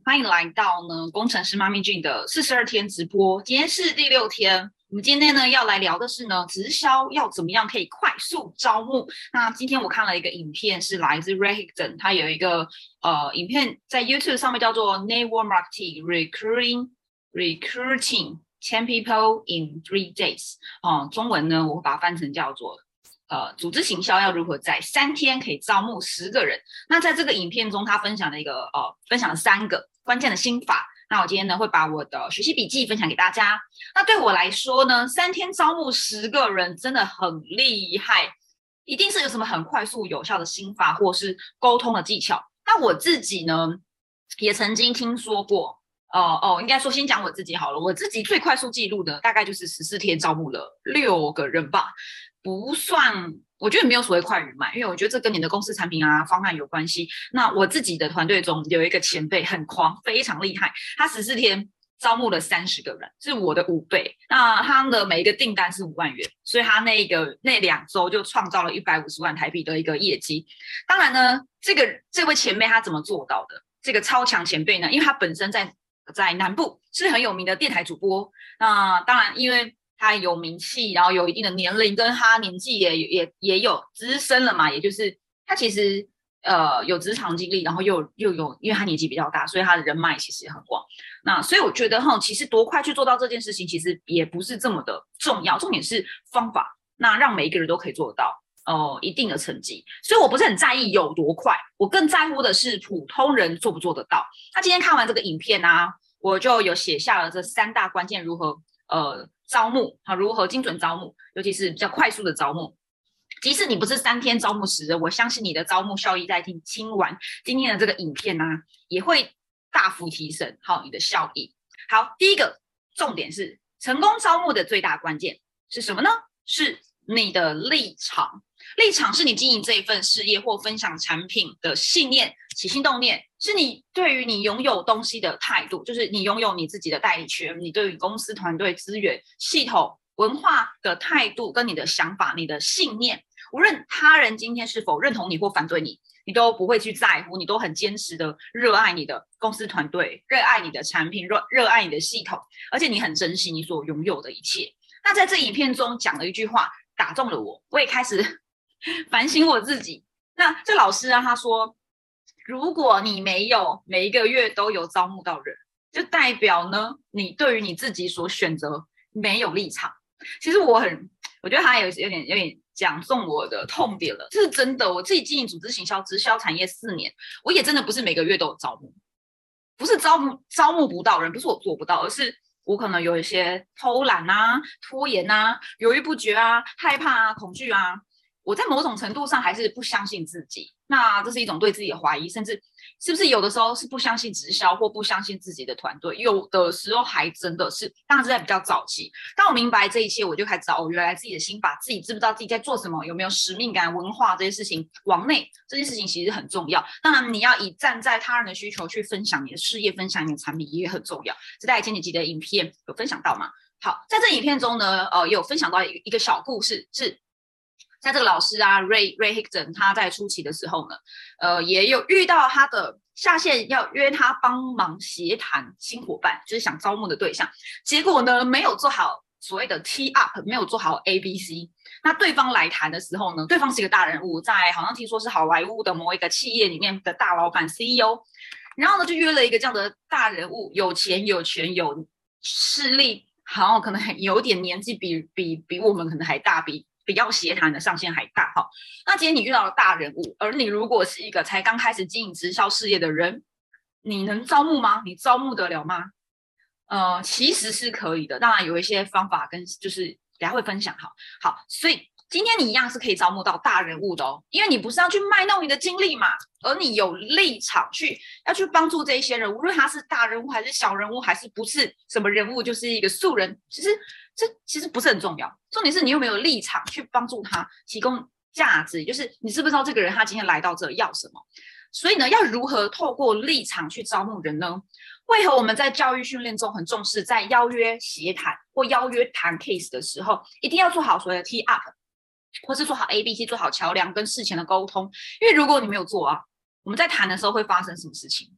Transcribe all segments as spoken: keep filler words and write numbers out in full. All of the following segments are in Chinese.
欢迎来到呢工程师妈咪俊的四十二天直播，今天是第六天。我们今天呢要来聊的是呢，直销要怎么样可以快速招募。那今天我看了一个影片，是来自 Ray Higdon， 他有一个呃影片在 YouTube 上面叫做 Network Marketing Recruiting Recruiting ten People in Three Days。哦、呃，中文呢我会把它翻成叫做呃，组织行销要如何在三天可以招募十个人？那在这个影片中，他分享了一个呃，分享了三个关键的心法。那我今天呢，会把我的学习笔记分享给大家。那对我来说呢，三天招募十个人真的很厉害，一定是有什么很快速有效的心法，或是沟通的技巧。那我自己呢，也曾经听说过。哦哦，应该说先讲我自己好了。我自己最快速记录的大概就是十四天招募了六个人吧，不算，我觉得没有所谓快与慢，因为我觉得这跟你的公司产品啊方案有关系。那我自己的团队中有一个前辈很狂，非常厉害，他十四天招募了三十个人，是我的五倍。那他的每一个订单是五万元，所以他那个那两周就创造了一百五十万台币的一个业绩。当然呢，这个这位前辈他怎么做到的？这个超强前辈呢，因为他本身在在南部是很有名的电台主播。那当然，因为他有名气，然后有一定的年龄，跟他年纪也也也有资深了嘛，也就是他其实呃有职场经历，然后又又有，因为他年纪比较大，所以他的人脉其实也很广。那所以我觉得哈，其实多快去做到这件事情，其实也不是这么的重要，重点是方法，那让每一个人都可以做得到哦、呃、一定的成绩。所以我不是很在意有多快，我更在乎的是普通人做不做得到。那今天看完这个影片啊，我就有写下了这三大关键如何呃。招募啊，如何精准招募，尤其是比较快速的招募。即使你不是三天招募十人，我相信你的招募效益在听听完今天的这个影片啊，也会大幅提升好你的效益。好，第一个重点是成功招募的最大关键是什么呢？是你的立场。立场是你经营这一份事业或分享产品的信念、起心动念，是你对于你拥有东西的态度，就是你拥有你自己的代理权，你对于公司团队资源、系统、文化的态度跟你的想法、你的信念。无论他人今天是否认同你或反对你，你都不会去在乎，你都很坚持的热爱你的公司团队，热爱你的产品，热热爱你的系统，而且你很珍惜你所拥有的一切。那在这影片中讲了一句话，打中了我，我也开始反省我自己。那这老师啊，他说，如果你没有每一个月都有招募到人，就代表呢，你对于你自己所选择没有立场。其实我很，我觉得他有有点有点讲中我的痛点了，这是真的。我自己经营组织行销、直销产业四年，我也真的不是每个月都有招募，不是招募招募不到人，不是我做不到，而是我可能有一些偷懒啊、拖延啊、犹豫不决啊、害怕啊、恐惧啊。我在某种程度上还是不相信自己，那这是一种对自己的怀疑，甚至是不是有的时候是不相信直销或不相信自己的团队，有的时候还真的是，当然是在比较早期。当我明白这一切，我就开始知道哦，原来自己的心法，自己知不知道自己在做什么，有没有使命感、文化这些事情往内，这件事情其实很重要。当然，你要以站在他人的需求去分享你的事业，分享你的产品也很重要。这在前几集的影片有分享到嘛？好，在这影片中呢，呃，有分享到一个小故事是。在这个老师啊 Ray Ray Higdon 他在初期的时候呢，呃，也有遇到他的下线要约他帮忙协谈新伙伴，就是想招募的对象，结果呢没有做好所谓的 tee up， 没有做好 A B C。那对方来谈的时候呢，对方是一个大人物，在好像听说是好莱坞的某一个企业里面的大老板 C E O， 然后呢就约了一个这样的大人物，有钱有权有势力，好像可能有点年纪比比比我们可能还大，比。比较协谈的上限还大哈，那今天你遇到了大人物，而你如果是一个才刚开始经营直销事业的人，你能招募吗？你招募得了吗？呃，其实是可以的，当然有一些方法跟就是等下会分享哈。好，所以今天你一样是可以招募到大人物的哦，因为你不是要去卖弄你的精力嘛，而你有立场去要去帮助这一些人，无论他是大人物还是小人物，还是不是什么人物，就是一个素人，其实这其实不是很重要，重点是你有没有立场去帮助他，提供价值，就是你知不知道这个人他今天来到这要什么？所以呢，要如何透过立场去招募人呢？为何我们在教育训练中很重视，在邀约协谈或邀约谈 case 的时候，一定要做好所谓的 tee up， 或是做好 A B C， 做好桥梁跟事前的沟通。因为如果你没有做啊，我们在谈的时候会发生什么事情？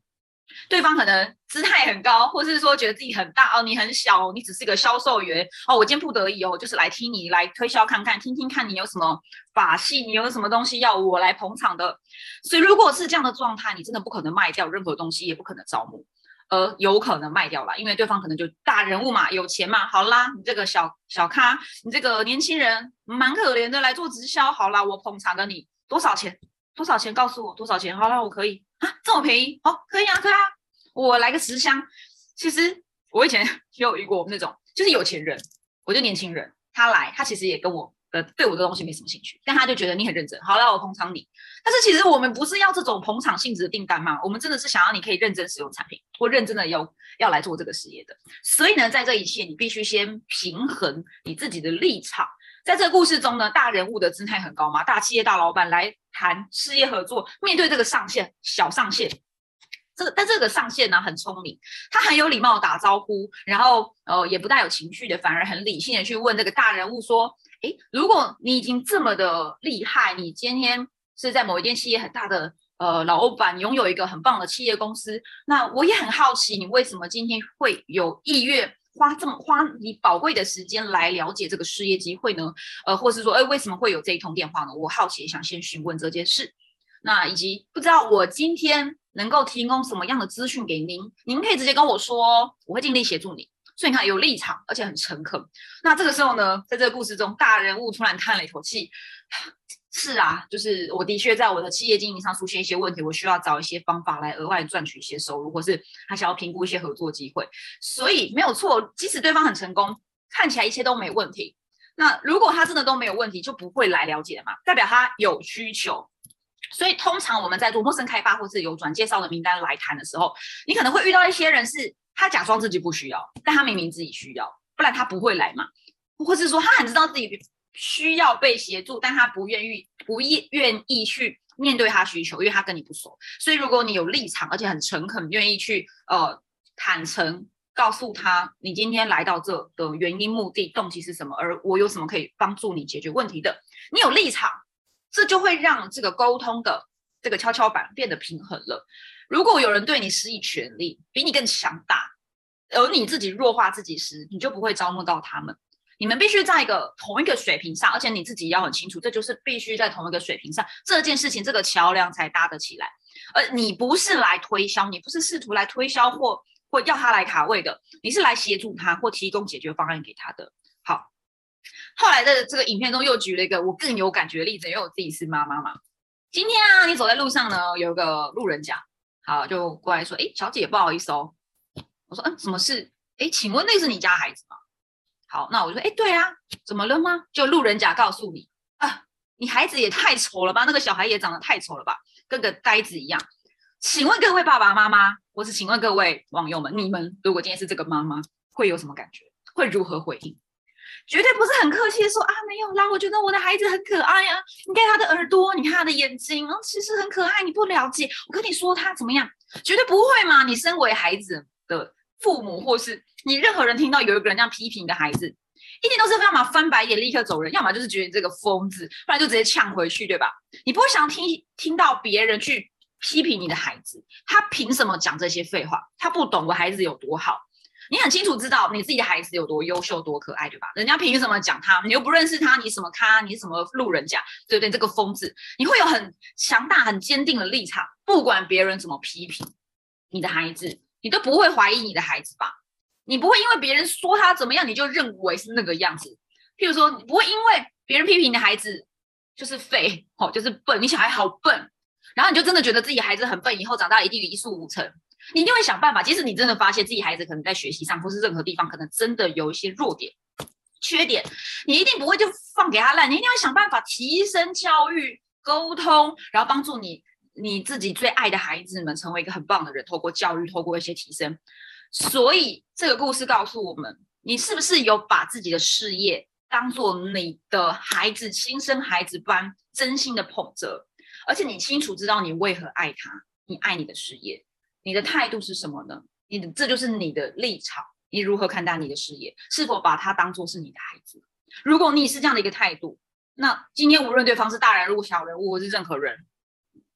对方可能姿态很高，或是说觉得自己很大哦，你很小，你只是一个销售员哦，我今天不得已哦，就是来听你来推销看看，听听看你有什么把戏，你有什么东西要我来捧场的。所以如果是这样的状态，你真的不可能卖掉任何东西，也不可能招募。呃，有可能卖掉啦，因为对方可能就大人物嘛，有钱嘛，好啦，你这个小小咖，你这个年轻人蛮可怜的，来做直销，好啦，我捧场了你多少钱？多少钱？告诉我多少钱？好啦，我可以啊，这么便宜？哦，可以啊，可以啊，我来个十箱。其实我以前也有遇过那种，就是有钱人，我就年轻人，他来，他其实也跟我呃对我的东西没什么兴趣，但他就觉得你很认真，好了，我捧场你。但是其实我们不是要这种捧场性质的订单嘛，我们真的是想要你可以认真使用产品，或认真的要要来做这个事业的。所以呢，在这一切，你必须先平衡你自己的立场。在这个故事中呢，大人物的姿态很高嘛，大企业大老板来谈事业合作，面对这个上线小上线。这个但这个上线呢很聪明，他很有礼貌打招呼，然后呃也不带有情绪的，反而很理性的去问这个大人物说：诶，如果你已经这么的厉害，你今天是在某一间企业很大的呃老板，拥有一个很棒的企业公司，那我也很好奇，你为什么今天会有意愿花这么花你宝贵的时间来了解这个事业机会呢？呃，或是说，哎，为什么会有这一通电话呢？我好奇，想先询问这件事。那以及不知道我今天能够提供什么样的资讯给您，您可以直接跟我说，我会尽力协助你。所以你看，有立场，而且很诚恳。那这个时候呢，在这个故事中，大人物突然叹了一口气。是啊，就是我的确在我的企业经营上出现一些问题，我需要找一些方法来额外赚取一些收入，或是他想要评估一些合作机会。所以没有错，即使对方很成功，看起来一切都没问题。那如果他真的都没有问题，就不会来了解嘛，代表他有需求。所以通常我们在做陌生开发或是有转介绍的名单来谈的时候，你可能会遇到一些人是他假装自己不需要，但他明明自己需要，不然他不会来嘛。或是说他很知道自己需要被协助，但他不愿意不愿意去面对他需求，因为他跟你不熟。所以如果你有立场，而且很诚恳，愿意去呃坦诚告诉他你今天来到这的原因、目的、动机是什么，而我有什么可以帮助你解决问题的，你有立场，这就会让这个沟通的这个跷跷板变得平衡了。如果有人对你施以权力，比你更强大，而你自己弱化自己时，你就不会招募到他们。你们必须在一个同一个水平上，而且你自己要很清楚，这就是必须在同一个水平上，这件事情这个桥梁才搭得起来。而你不是来推销，你不是试图来推销或或要他来卡位的，你是来协助他或提供解决方案给他的。好，后来的这个影片中又举了一个我更有感觉的例子，因为我自己是妈妈嘛。今天啊，你走在路上呢，有个路人甲，好就过来说：“哎，小姐，不好意思哦。”我说：“嗯，什么事？哎，请问那是你家孩子吗？”好，那我就说：“哎，对啊，怎么了吗？”就路人甲告诉你啊，你孩子也太丑了吧，那个小孩也长得太丑了吧，跟个呆子一样。请问各位爸爸妈妈，或是请问各位网友们，你们如果今天是这个妈妈，会有什么感觉？会如何回应？绝对不是很客气的说啊，没有啦，我觉得我的孩子很可爱啊，你看他的耳朵，你看他的眼睛，哦，其实很可爱，你不了解。我跟你说他怎么样，绝对不会嘛。你身为孩子的父母，或是你任何人听到有一个人这样批评你的孩子，一定都是要么翻白眼立刻走人，要么就是觉得你这个疯子，不然就直接呛回去，对吧？你不会想听听到别人去批评你的孩子，他凭什么讲这些废话？他不懂我孩子有多好。你很清楚知道你自己的孩子有多优秀多可爱，对吧？人家凭什么讲他？你又不认识他，你什么咖？你什么路人甲？对不对？这个疯子，你会有很强大很坚定的立场，不管别人怎么批评你的孩子，你都不会怀疑你的孩子吧？你不会因为别人说他怎么样，你就认为是那个样子。譬如说，你不会因为别人批评你的孩子就是废，哦，就是笨，你小孩好笨，然后你就真的觉得自己孩子很笨，以后长大一定一事无成。你一定会想办法，即使你真的发现自己孩子可能在学习上或是任何地方可能真的有一些弱点、缺点，你一定不会就放给他烂，你一定会想办法提升教育、沟通，然后帮助你你自己最爱的孩子们成为一个很棒的人，透过教育，透过一些提升。所以这个故事告诉我们，你是不是有把自己的事业当作你的孩子、亲生孩子般真心的捧着，而且你清楚知道你为何爱他，你爱你的事业。你的态度是什么呢？你的这就是你的立场，你如何看待你的事业？是否把它当作是你的孩子？如果你是这样的一个态度，那今天无论对方是大人物、小人物，或是任何人，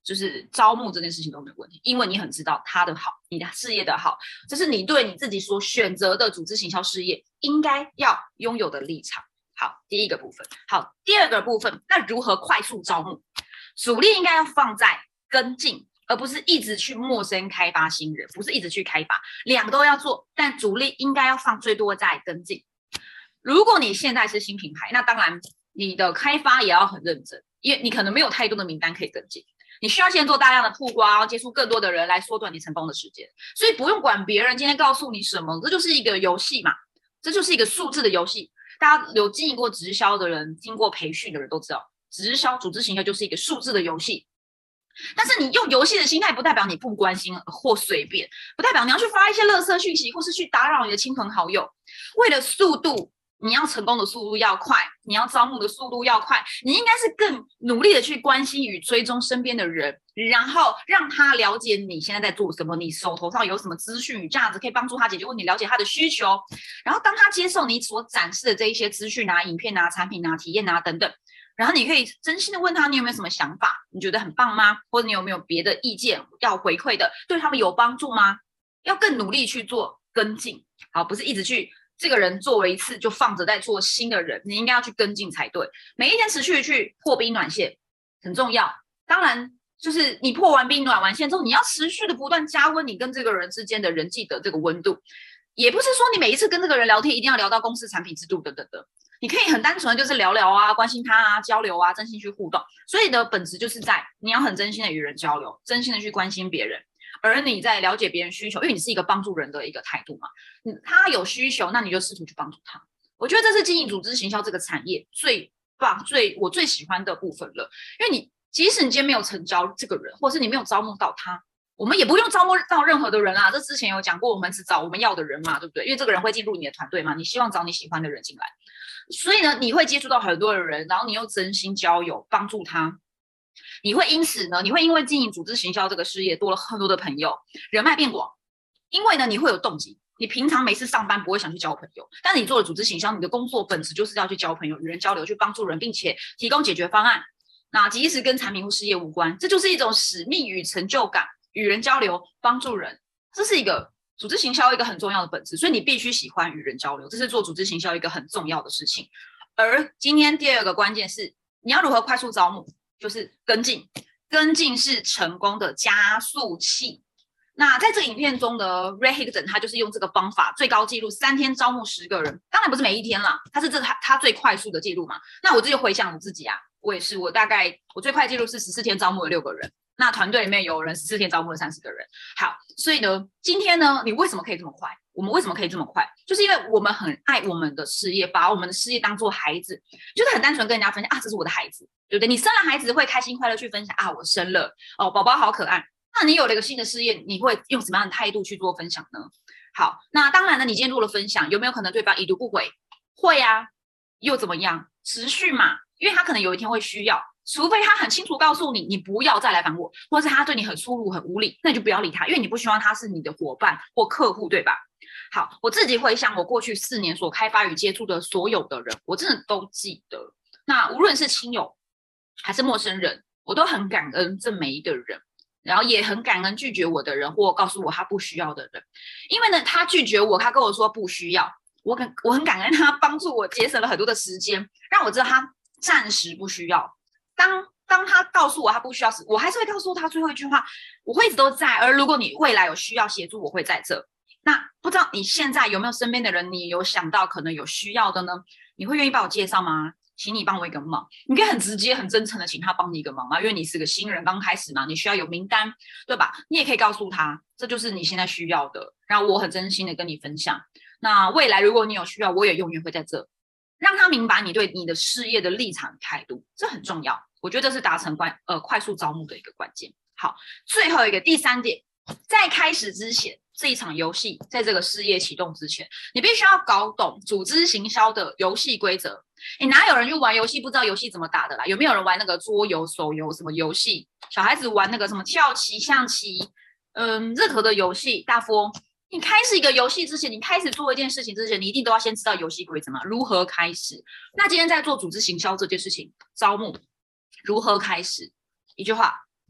就是招募这件事情都没有问题，因为你很知道他的好，你的事业的好，这是你对你自己所选择的组织行销事业应该要拥有的立场。好，第一个部分。好，第二个部分，那如何快速招募？主力应该要放在跟进，而不是一直去陌生开发新人，不是一直去开发，两个都要做，但主力应该要放最多在跟进。如果你现在是新品牌，那当然你的开发也要很认真，因为你可能没有太多的名单可以跟进。你需要先做大量的曝光，接触更多的人来缩短你成功的时间。所以不用管别人今天告诉你什么，这就是一个游戏嘛，这就是一个数字的游戏。大家有经营过直销的人，经过培训的人都知道，直销、组织行销就是一个数字的游戏。但是你用游戏的心态，不代表你不关心或随便，不代表你要去发一些垃圾讯息，或是去打扰你的亲朋好友。为了速度，你要成功的速度要快，你要招募的速度要快，你应该是更努力的去关心与追踪身边的人，然后让他了解你现在在做什么，你手头上有什么资讯与价值可以帮助他解决问题，了解他的需求。然后当他接受你所展示的这一些资讯啊、影片啊、产品啊、体验啊等等，然后你可以真心的问他，你有没有什么想法？你觉得很棒吗？或者你有没有别的意见要回馈的，对他们有帮助吗？要更努力去做跟进，好，不是一直去这个人做了一次就放着在做新的人，你应该要去跟进才对。每一天持续去破冰暖线很重要，当然就是你破完冰暖完线之后，你要持续的不断加温你跟这个人之间的人际的这个温度，也不是说你每一次跟这个人聊天一定要聊到公司产品制度等等的，你可以很单纯的就是聊聊啊，关心他啊，交流啊，真心去互动。所以的本质就是在你要很真心的与人交流，真心的去关心别人，而你在了解别人需求，因为你是一个帮助人的一个态度嘛。他有需求，那你就试图去帮助他。我觉得这是经营组织行销这个产业最棒、最我最喜欢的部分了。因为你即使你今天没有成交这个人，或者是你没有招募到他，我们也不用招募到任何的人啦。这之前有讲过，我们只找我们要的人嘛，对不对？因为这个人会进入你的团队嘛，你希望找你喜欢的人进来。所以呢，你会接触到很多的人，然后你又真心交友，帮助他。你会因此呢，你会因为经营组织行销这个事业多了很多的朋友，人脉变广。因为呢，你会有动机。你平常没事上班不会想去交朋友，但是你做了组织行销，你的工作本质就是要去交朋友、与人交流、去帮助人，并且提供解决方案。那即使跟产品或事业无关，这就是一种使命与成就感，与人交流、帮助人，这是一个组织行销一个很重要的本质。所以你必须喜欢与人交流，这是做组织行销一个很重要的事情。而今天第二个关键是，你要如何快速招募，就是跟进。跟进是成功的加速器。那在这个影片中的 Ray Higdon 他就是用这个方法，最高纪录三天招募十个人，当然不是每一天啦，他是这他他最快速的记录嘛。那我自己回想我自己啊，我也是，我大概我最快记录是十四天招募了六个人，那团队里面有人十四天招募了三十个人。好，所以呢，今天呢，你为什么可以这么快？我们为什么可以这么快？就是因为我们很爱我们的事业，把我们的事业当做孩子，就是很单纯跟人家分享啊，这是我的孩子，对不对？你生了孩子会开心快乐去分享啊，我生了哦，宝宝好可爱。那你有了一个新的事业，你会用什么样的态度去做分享呢？好，那当然呢，你今天做了分享，有没有可能对方已读不回？会啊，又怎么样？持续嘛，因为他可能有一天会需要，除非他很清楚告诉你，你不要再来烦我，或是他对你很粗鲁、很无理，那你就不要理他，因为你不希望他是你的伙伴或客户，对吧？好，我自己回想我过去四年所开发与接触的所有的人，我真的都记得。那无论是亲友还是陌生人，我都很感恩这每一个人。然后也很感恩拒绝我的人，或告诉我他不需要的人，因为呢，他拒绝我，他跟我说不需要，我很我很感恩他帮助我节省了很多的时间，让我知道他暂时不需要。当当他告诉我他不需要时，我还是会告诉他最后一句话，我会一直都在。而如果你未来有需要协助，我会在这。那不知道你现在有没有身边的人，你有想到可能有需要的呢？你会愿意帮我介绍吗？请你帮我一个忙，你可以很直接、很真诚的请他帮你一个忙嘛，因为你是个新人，刚开始嘛，你需要有名单，对吧？你也可以告诉他，这就是你现在需要的，然后我很真心的跟你分享。那未来如果你有需要，我也永远会在这，让他明白你对你的事业的立场态度，这很重要。我觉得这是达成关呃快速招募的一个关键。好，最后一个第三点，在开始之前。这一场游戏在这个事业启动之前，你必须要搞懂组织行销的游戏规则。诶，哪有人去玩游戏不知道游戏怎么打的啦？有没有人玩那个桌游、手游什么游戏？小孩子玩那个什么跳棋、象棋，嗯，任何的游戏，大富翁。你开始一个游戏之前，你开始做一件事情之前，你一定都要先知道游戏规则嘛？如何开始？那今天在做组织行销这件事情，招募如何开始？一句话，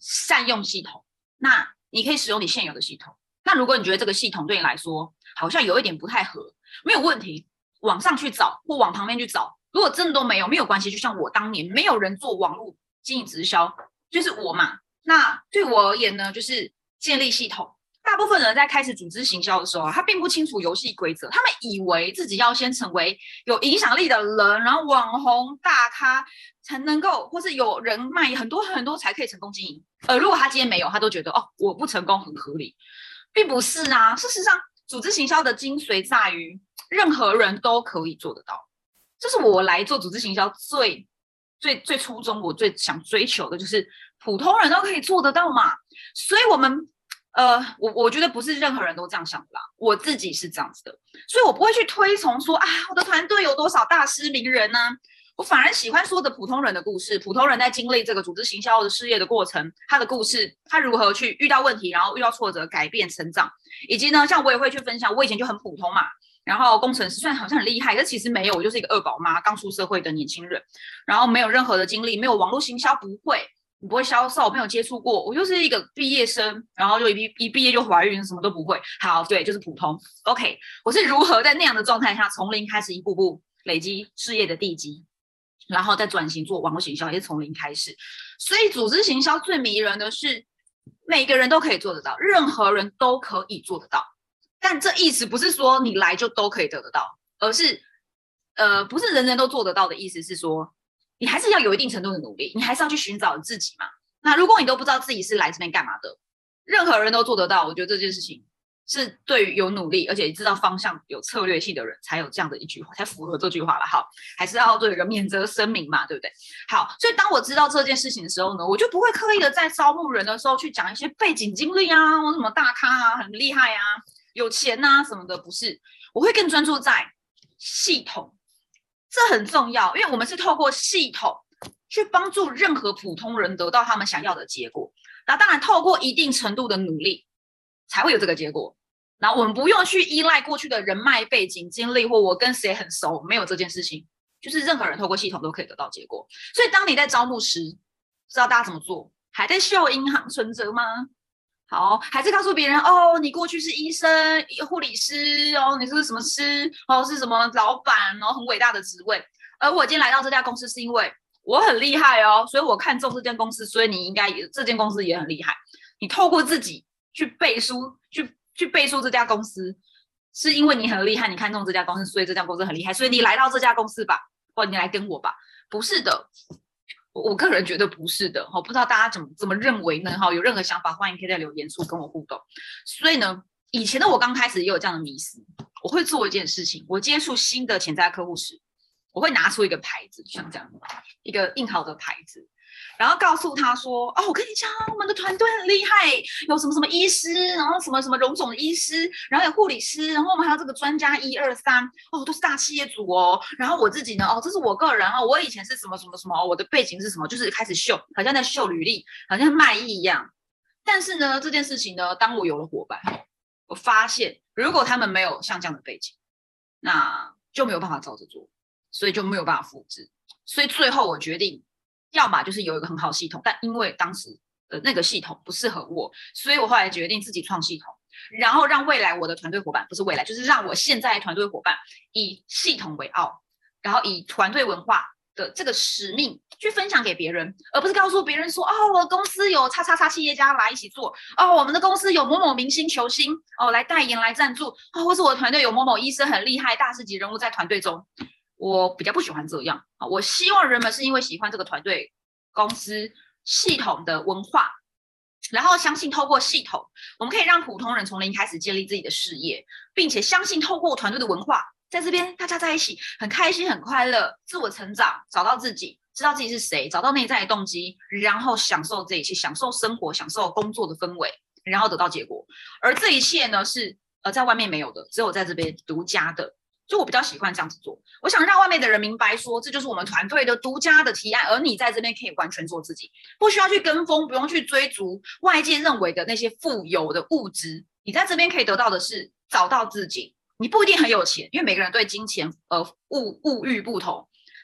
善用系统。那你可以使用你现有的系统。那如果你觉得这个系统对你来说好像有一点不太合，没有问题，往上去找或往旁边去找。如果真的都没有，没有关系。就像我当年没有人做网络经营直销，就是我嘛。那对我而言呢，就是建立系统。大部分人在开始组织行销的时候啊，他并不清楚游戏规则，他们以为自己要先成为有影响力的人，然后网红大咖才能够，或是有人脉很多很多才可以成功经营。而如果他今天没有，他都觉得哦，我不成功很合理，并不是啊。事实上，组织行销的精髓在于任何人都可以做得到。这是我来做组织行销最最最初衷，我最想追求的就是普通人都可以做得到嘛。所以我们呃，我我觉得不是任何人都这样想的啦，我自己是这样子的，所以我不会去推崇说啊，我的团队有多少大师名人呢、啊？我反而喜欢说的普通人的故事，普通人在经历这个组织行销的事业的过程，他的故事，他如何去遇到问题，然后遇到挫折，改变成长，以及呢，像我也会去分享，我以前就很普通嘛，然后工程师虽然好像很厉害，但其实没有，我就是一个二宝妈，刚出社会的年轻人，然后没有任何的经历，没有网络行销，不会。你不会销售，没有接触过，我就是一个毕业生，然后就一毕一毕业就怀孕，什么都不会。好，对，就是普通。OK， 我是如何在那样的状态下，从零开始，一步步累积事业的地基，然后再转型做网络行销，也是从零开始。所以，组织行销最迷人的是，每个人都可以做得到，任何人都可以做得到。但这意思不是说你来就都可以得得到，而是，呃，不是人人都做得到的意思是说。你还是要有一定程度的努力，你还是要去寻找自己嘛。那如果你都不知道自己是来这边干嘛的，任何人都做得到，我觉得这件事情是对于有努力而且知道方向、有策略性的人才有这样的一句话，才符合这句话了。好，还是要做一个免责声明嘛，对不对？好，所以当我知道这件事情的时候呢，我就不会刻意的在招募人的时候去讲一些背景经历啊，或什么大咖啊，很厉害啊，有钱啊什么的，不是，我会更专注在系统。这很重要，因为我们是透过系统去帮助任何普通人得到他们想要的结果。那当然，透过一定程度的努力，才会有这个结果。然后我们不用去依赖过去的人脉背景经历，或我跟谁很熟，没有这件事情，就是任何人透过系统都可以得到结果。所以，当你在招募时，知道大家怎么做，还在秀银行存折吗？好，还是告诉别人哦，你过去是医生、护理师哦，你是什么师哦，是什么老板哦，很伟大的职位。而我今天来到这家公司，是因为我很厉害哦，所以我看中这间公司，所以你应该也这间公司也很厉害。你透过自己去背书，去去背书这家公司，是因为你很厉害，你看中这家公司，所以这家公司很厉害，所以你来到这家公司吧，或你来跟我吧，不是的。我个人觉得不是的，不知道大家怎么怎么认为呢？有任何想法，欢迎可以在留言处跟我互动。所以呢，以前的我刚开始也有这样的迷思，我会做一件事情，我接触新的潜在客户时，我会拿出一个牌子，像这样一个印好的牌子，然后告诉他说：“哦，我跟你讲，我们的团队很厉害，有什么什么医师，然后什么什么荣总的医师，然后有护理师，然后我们还有这个专家一二三，哦，都是大企业主哦。然后我自己呢，哦，这是我个人哦，我以前是什么什么什么，我的背景是什么，就是开始秀，好像在秀履历，好像卖艺一样。但是呢，这件事情呢，当我有了伙伴，我发现如果他们没有像这样的背景，那就没有办法照着做，所以就没有办法复制。所以最后我决定。”要么就是有一个很好的系统，但因为当时的那个系统不适合我，所以我后来决定自己创系统，然后让未来我的团队伙伴，不是未来，就是让我现在的团队伙伴以系统为傲，然后以团队文化的这个使命去分享给别人，而不是告诉别人说，哦，我的公司有叉叉叉企业家来一起做，哦，我们的公司有某某明星球星哦来代言来赞助，哦，或是我的团队有某某医生很厉害，大师级人物在团队中。我比较不喜欢这样啊，我希望人们是因为喜欢这个团队、公司系统的文化，然后相信透过系统，我们可以让普通人从零开始建立自己的事业，并且相信透过团队的文化，在这边大家在一起很开心、很快乐，自我成长，找到自己，知道自己是谁，找到内在的动机，然后享受这一切，享受生活，享受工作的氛围，然后得到结果。而这一切呢，是呃在外面没有的，只有在这边独家的。所以我比较喜欢这样子做，我想让外面的人明白说，这就是我们团队的独家的提案，而你在这边可以完全做自己，不需要去跟风，不用去追逐外界认为的那些富有的物质，你在这边可以得到的是找到自己。你不一定很有钱，因为每个人对金钱呃物物欲不同，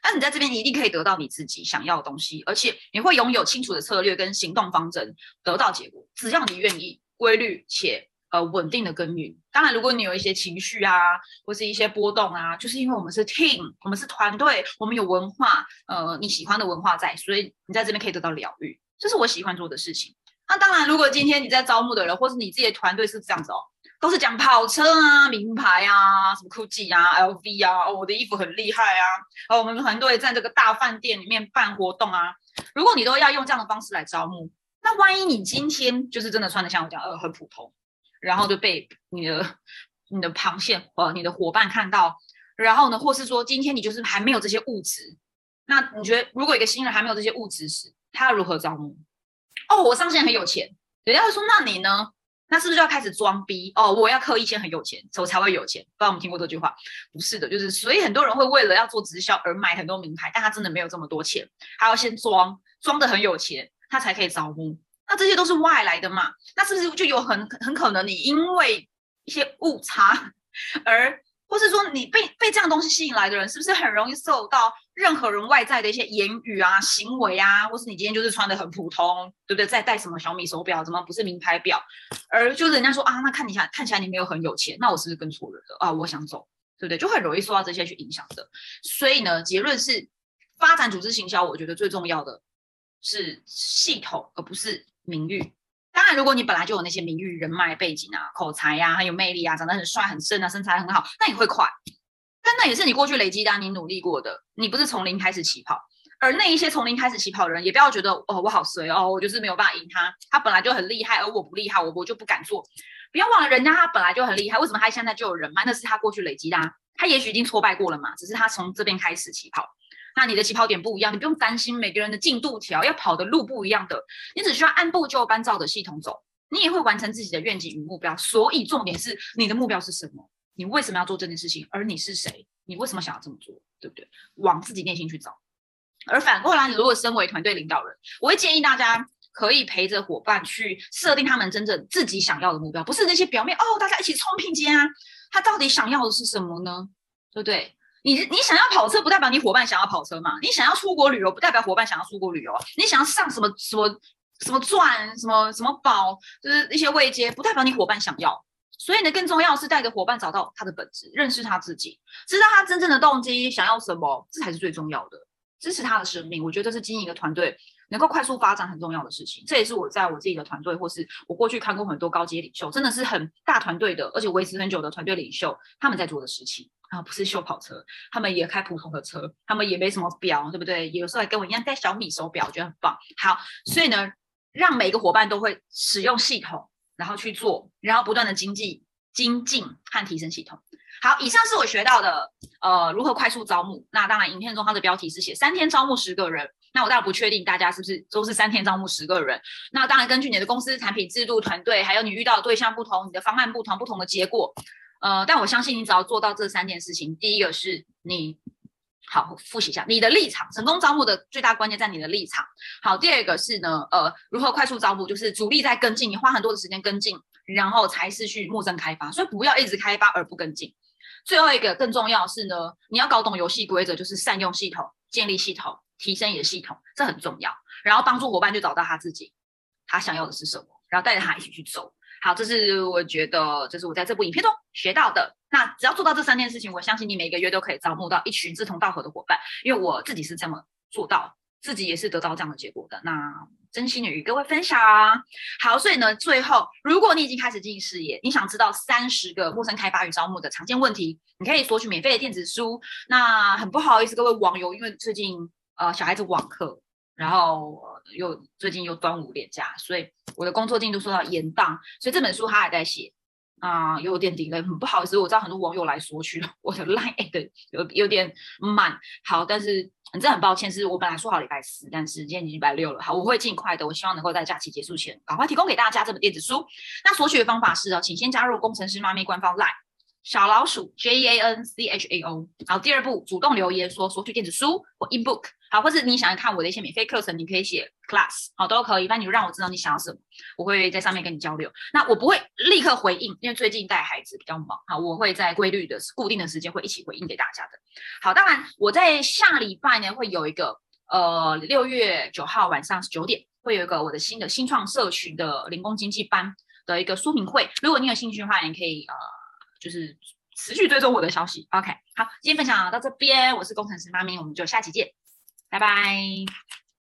那你在这边一定可以得到你自己想要的东西，而且你会拥有清楚的策略跟行动方针，得到结果。只要你愿意，规律且呃稳定的耕耘。当然，如果你有一些情绪啊，或是一些波动啊，就是因为我们是 team， 我们是团队，我们有文化，呃，你喜欢的文化在，所以你在这边可以得到疗愈。这是我喜欢做的事情。那当然，如果今天你在招募的人，或是你自己的团队是这样子哦，都是讲跑车啊、名牌啊、什么 Gucci 啊、L V 啊，哦，我的衣服很厉害啊，哦，我们团队在这个大饭店里面办活动啊。如果你都要用这样的方式来招募，那万一你今天就是真的穿的像我讲，呃，很普通，然后就被你的你的螃蟹呃你的伙伴看到，然后呢，或是说今天你就是还没有这些物质，那你觉得如果一个新人还没有这些物质时，他要如何招募？哦，我上线很有钱，人家会说那你呢？那是不是就要开始装逼？哦，我要刻意先很有钱，我才会有钱。不知道我们听过这句话？不是的，就是所以很多人会为了要做直销而买很多名牌，但他真的没有这么多钱，他要先装装的很有钱，他才可以招募。那这些都是外来的嘛？那是不是就有很很可能你因为一些误差而？或是说你被被这样东西吸引来的人，是不是很容易受到任何人外在的一些言语啊、行为啊，或是你今天就是穿的很普通，对不对？再戴什么小米手表，怎么不是名牌表，而就是人家说啊，那看你起来看起来你没有很有钱，那我是不是跟错人了啊？我想走，对不对？就很容易受到这些去影响的。所以呢，结论是，发展组织行销，我觉得最重要的是系统，而不是名誉。当然，如果你本来就有那些名誉、人脉、背景啊、口才呀、啊、很有魅力啊、长得很帅、很正啊、身材很好，那你会快。但那也是你过去累积的、啊，你努力过的，你不是从零开始起跑。而那一些从零开始起跑的人，也不要觉得哦，我好衰哦，我就是没有办法赢他，他本来就很厉害，而我不厉害，我我就不敢做。不要忘了，人家他本来就很厉害，为什么他现在就有人脉？那是他过去累积的、啊，他也许已经挫败过了嘛，只是他从这边开始起跑。那你的起跑点不一样，你不用担心每个人的进度条要跑的路不一样的，你只需要按部就班照的系统走，你也会完成自己的愿景与目标。所以重点是你的目标是什么？你为什么要做这件事情？而你是谁？你为什么想要这么做？对不对？往自己内心去找。而反过来，你如果身为团队领导人，我会建议大家可以陪着伙伴去设定他们真正自己想要的目标，不是那些表面哦，大家一起冲拼接啊，他到底想要的是什么呢？对不对？你你想要跑车，不代表你伙伴想要跑车嘛？你想要出国旅游，不代表伙伴想要出国旅游啊？你想要上什么什么什么钻，什么什么宝，就是一些位阶，不代表你伙伴想要。所以呢，更重要的是带着伙伴找到他的本质，认识他自己，知道他真正的动机，想要什么，这才是最重要的。支持他的生命，我觉得这是经营一个团队能够快速发展很重要的事情。这也是我在我自己的团队，或是我过去看过很多高阶领袖，真的是很大团队的，而且维持很久的团队领袖，他们在做的事情啊，不是秀跑车，他们也开普通的车，他们也没什么表，对不对？有时候还跟我一样戴小米手表，我觉得很棒。好，所以呢，让每个伙伴都会使用系统，然后去做，然后不断的精进、精进和提升系统。好，以上是我学到的，呃，如何快速招募。那当然，影片中它的标题是写三天招募十个人。那我当然不确定大家是不是都是三天招募十个人。那当然，根据你的公司产品制度、团队，还有你遇到的对象不同，你的方案不同，不同的结果。呃，但我相信你只要做到这三件事情，第一个是你。好，复习一下你的立场。成功招募的最大关键在你的立场。好，第二个是呢，呃，如何快速招募，就是主力在跟进，你花很多的时间跟进，然后才是去陌生开发，所以不要一直开发而不跟进。最后一个更重要的是呢，你要搞懂游戏规则，就是善用系统、建立系统、提升你的系统，这很重要。然后帮助伙伴去找到他自己，他想要的是什么，然后带着他一起去走。好，这是我觉得，这是我在这部影片中学到的。那只要做到这三件事情，我相信你每个月都可以招募到一群志同道合的伙伴，因为我自己是这么做到，自己也是得到这样的结果的。那真心的与各位分享。好，所以呢，最后，如果你已经开始经营事业，你想知道三十个陌生开发与招募的常见问题，你可以索取免费的电子书。那很不好意思，各位网友，因为最近呃小孩子网课。然后又最近又端午连假，所以我的工作进度受到延宕，所以这本书他还在写啊、呃，有点 delay， 很不好意思，我知道很多网友来索取了，我的 line 的有有点慢，好，但是真的很抱歉，是我本来说好礼拜四，但是今天已经礼拜六了，好，我会尽快的，我希望能够在假期结束前赶快提供给大家这本电子书。那索取的方法是哦，请先加入工程师妈咪官方 line。 小老鼠 J A N C H A O， 然后第二步主动留言说索取电子书或 ebook， 好，或者你想要看我的一些免费课程，你可以写 class， 好，都可以，反正你就让我知道你想要什么，我会在上面跟你交流。那我不会立刻回应，因为最近带孩子比较忙，好，我会在规律的固定的时间会一起回应给大家的。好，当然我在下礼拜呢会有一个呃六月九号晚上九点会有一个我的新的新创社群的零工经济班的一个说明会，如果你有兴趣的话，你可以呃。就是持续追踪我的消息。OK， 好，今天分享到这边，我是工程师妈咪，我们就下期见，拜拜。